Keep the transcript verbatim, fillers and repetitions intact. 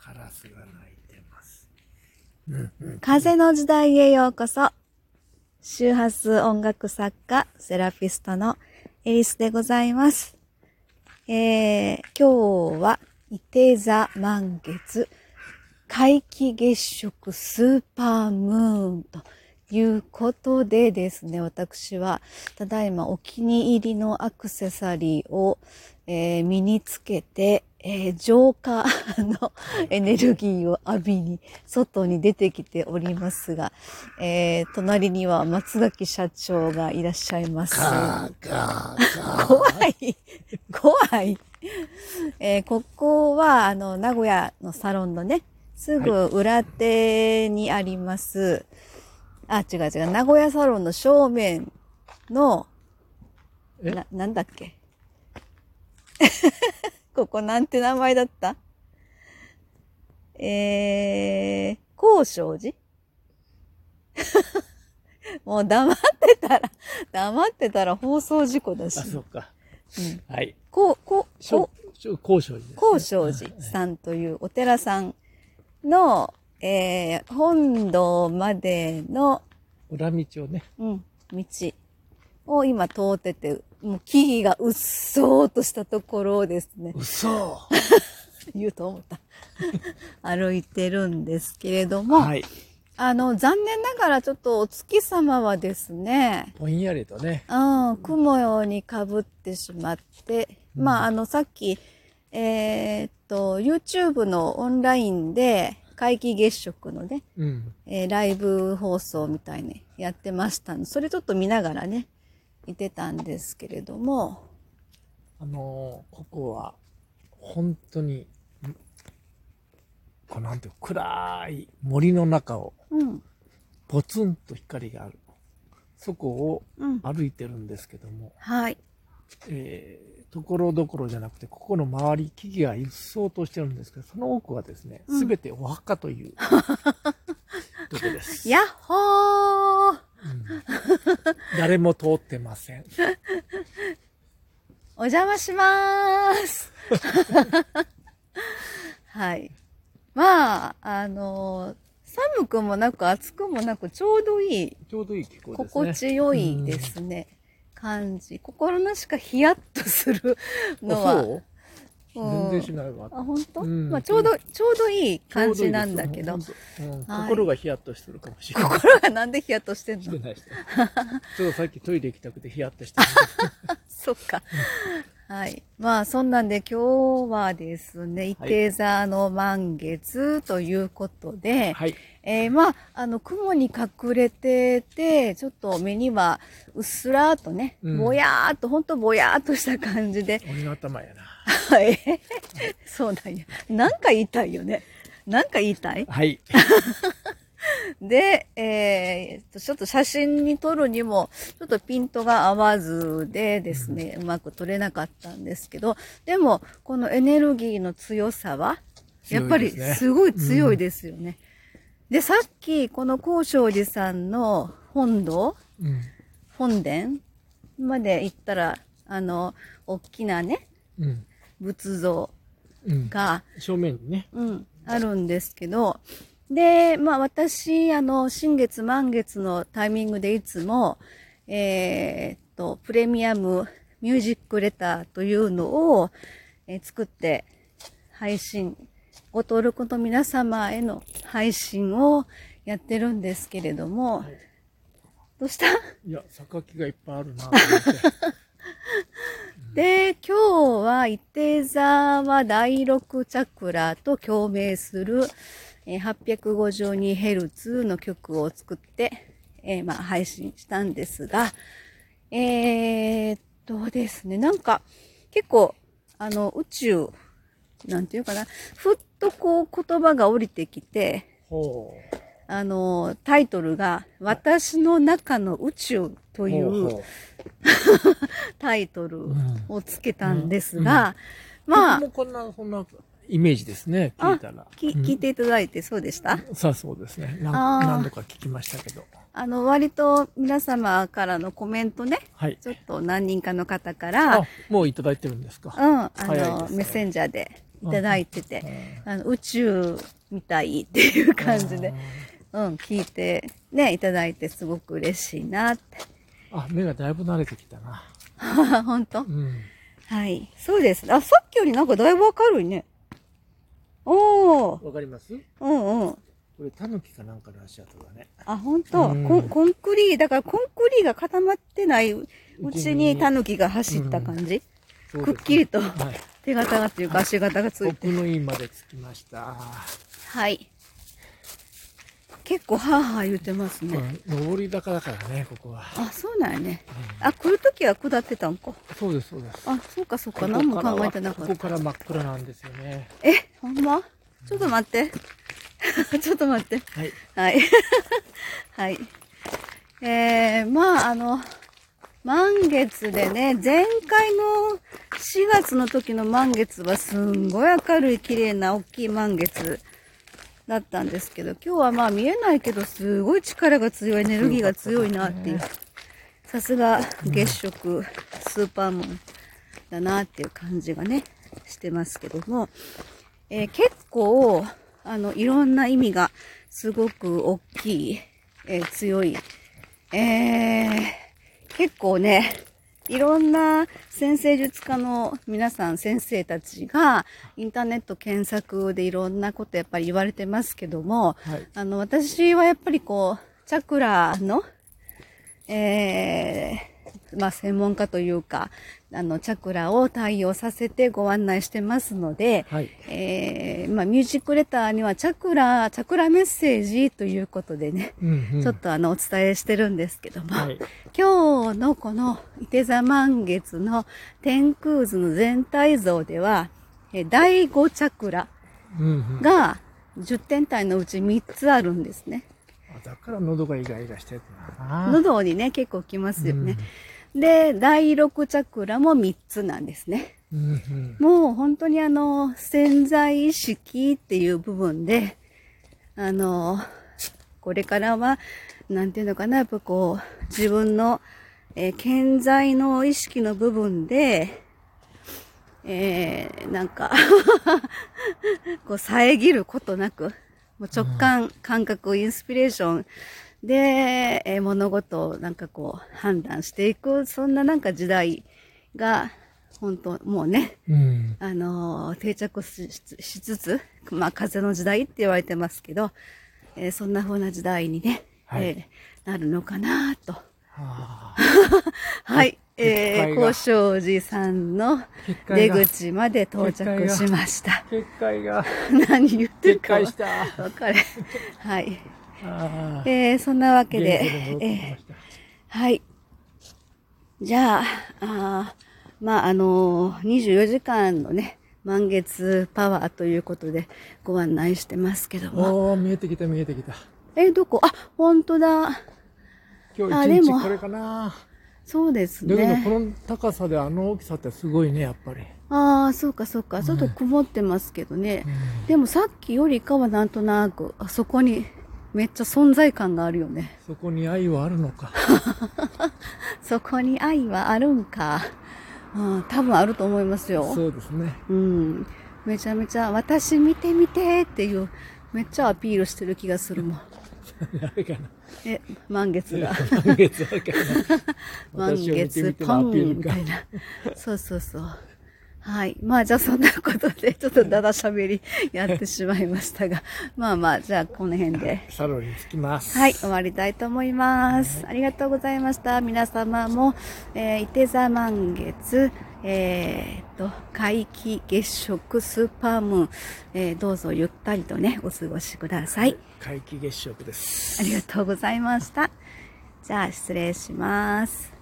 カラスが鳴いてます。 風の時代へようこそ。周波数音楽作家、セラピストのエリスでございます。えー、今日は、伊手座満月、皆既月食スーパームーンということでですね、私はただいまお気に入りのアクセサリーを、えー、身につけて、えー、浄化のエネルギーを浴びに外に出てきておりますが、えー、隣には松崎社長がいらっしゃいます。 ガーガーガー怖い怖い、えー、ここはあの名古屋のサロンのね、すぐ裏手にあります、はい、あ、違う違う、名古屋サロンの正面の、な、なんだっけここなんて名前だった？えー、高尚寺もう黙ってたら、黙ってたら放送事故だし。 あ、そうか。 うん、 はい。 こう、こう、こう、高尚寺です、ね。 高尚寺さんというお寺さんの、えー、本堂までの裏道をね。 うん、道を今通ってて、もう木々がうっそうとしたところをですね。 うっそ言うと思った。歩いてるんですけれども、はい、あの、残念ながらちょっとお月様はですね、 ぼんやりとね、 うん、雲にかぶってしまって、うん、まあ、あの、さっき、えー、っと、YouTube のオンラインで、皆既月食のね、うんえー、ライブ放送みたいにやってましたの。それちょっと見ながらね、いてたんですけれども。 あのー、ここは、本当に、こうなんていうか、暗い森の中を、ポツンと光がある。そこを歩いてるんですけども。 うん、はい。 えー、ところどころじゃなくて、ここの周り、木々が一層としてるんですけど、その奥はですね、すべてお墓という、とこです。 やっほー、うん、 誰も通ってません。 お邪魔しまーす。はい。まあ、あのー、寒くもなく暑くもなくちょうどいい。 ちょうどいい気候ですね。 心地よいですね。感じ。心なしかヒヤッとするのは。 そう全然しないわ。 あ、本当？うん、まあちょうど、ちょうどいい感じなんだけど。 いいうんはい、心がヒヤッとしてるかもしれない。 心がなんでヒヤッとしてんの？ してないしてない。ちょっとさっきトイレ行きたくてヒヤッとしてる。 そっか。はい。まあそんなんで今日はですね、伊手座の満月ということで、はい、えー、まあ、あの、雲に隠れてて、ちょっと目にはうっすらーとね、うん、ぼやーっと、ほんとぼやーっとした感じで。 鬼の頭やな。 はい。そうなんや。なんか言いたいよね。なんか言いたい？ はい。 で、えー、ちょっと写真に撮るにも、ちょっとピントが合わずでですね、うん、うまく撮れなかったんですけど、でも、このエネルギーの強さは、やっぱりすごい強いですよね。うん、で、さっき、この高尚寺さんの本堂、うん、本殿まで行ったら、あの、大きなね、うん、仏像が、 うん、正面にね、 うん、あるんですけど、で、まあ私、あの、新月満月のタイミングでいつも、えー、っと、プレミアムミュージックレターというのを、えー、作って配信、ご登録の皆様への配信をやってるんですけれども、はい、どうした？ いや、榊がいっぱいあるなと思って。 で、今日は、伊手座はだいろくチャクラと共鳴する、はっぴゃくごじゅうにヘルツ の曲を作って、えー、まあ配信したんですが、えー、っとですね、なんか結構あの宇宙なんていうかな、ふっとこう言葉が降りてきて、あのタイトルが私の中の宇宙というタイトルをつけたんですが、 うんうん、まあもこんなそんなイメージですね。聞いたら。 き、聞いていただいてそうでした？ さあそうですね。何度か聞きましたけど。 あの、割と皆様からのコメントね。はい。ちょっと何人かの方から。 あ、もういただいてるんですか？ うん。あの、メッセンジャーでいただいてて、あの宇宙みたいっていう感じで、うん、聞いてね、いただいてすごく嬉しいなって。 あ、目がだいぶ慣れてきたな。 本当？ うん。 はい。そうです。あ、さっきよりなんかだいぶ明るいね。おー。 わかります？ うんうん。 これタヌキかなんかの足跡だね。 あ、本当、 うん、 コン、コンクリー、だからコンクリーが固まってないうちにタヌキが走った感じ、うん、くっきりと、はい、手形がっていうか足形がついて。 奥の院まで着きました。 はい。結構ハーハー言ってますね。 うん、上り坂だからね、ここは。 あ、そうなんやね。うん、あ、来るときは下ってたんか。 そうです、そうです。 あ、そうか、そうか。何も考えてなかった。 ここから真っ暗なんですよね。 え、ほんま？ちょっと待って。ちょっと待って。 はい。 はい。はい。えー、まあ、あの、満月でね、前回のしがつの時の満月はすんごい明るい綺麗な大きい満月だったんですけど、今日はまあ見えないけどすごい力が強い、エネルギーが強いなっていう。さすが月食、うん、スーパームーンだなっていう感じがね、してますけども、えー、結構、あの、いろんな意味がすごく大きい、えー、強い。えー、結構ね、いろんな占星術家の皆さん、先生たちが、インターネット検索でいろんなことやっぱり言われてますけども、はい、あの、私はやっぱりこう、チャクラの、えー、まあ、専門家というか、あの、チャクラを対応させてご案内してますので、はい、えー、まあ、ミュージックレターにはチャクラ、チャクラメッセージということでね、うんうん、ちょっとあの、お伝えしてるんですけども、はい、今日のこの、いて座満月の天空図の全体像では、えだいごチャクラがじゅってん体のうちみっつあるんですね。 だから喉がイガイガしてるな。 喉にね、結構きますよね。うん、で、だいろくチャクラもみっつなんですね。うんうん、もう本当にあの、潜在意識っていう部分で、あの、これからは、なんていうのかな、やっぱこう、自分の、えー、潜在の意識の部分で、えー、なんか、こう、遮ることなく、もう直感、感覚、インスピレーションで、えー、物事をなんかこう判断していく、そんななんか時代が、本当もうね、うん、あのー、定着 し, しつつ、まあ風の時代って言われてますけど、えー、そんな風な時代にね、はい、えー、なるのかなと。は, はい。えー、高尚寺さんの出口まで到着しました。 結界が。 何言ってるか。 決壊した。 わかれ。はい。えー、そんなわけで、でえー、はい。じゃあ、あまあ、あのー、にじゅうよじかんのね、満月パワーということでご案内してますけども。 おー、見えてきた見えてきた。 え、どこ？あ、ほんとだ。 今日一日これかな。 そうですね。 だけどこの高さであの大きさってすごいね、やっぱり。 ああ、そうかそうか。ちょっと曇ってますけどね。うん、でもさっきよりかはなんとなく、あそこにめっちゃ存在感があるよね。 そこに愛はあるのか。 そこに愛はあるんか。うん、多分あると思いますよ。 そうですね。 うん。めちゃめちゃ、私見て見てっていう、めっちゃアピールしてる気がするもん。 あれかな。 え、満月が。 満月わかんない。満月ポンみたいな。そうそうそう。はい。まあじゃあそんなことで、ちょっとだだしゃべりやってしまいましたが、まあまあ、じゃあこの辺で。 サロンに着きます。 はい、終わりたいと思います。ありがとうございました。皆様も、えー、いて座満月、えー、と、皆既月食スーパームーン、えー、どうぞゆったりとね、お過ごしください。 皆既月食です。 ありがとうございました。じゃあ失礼します。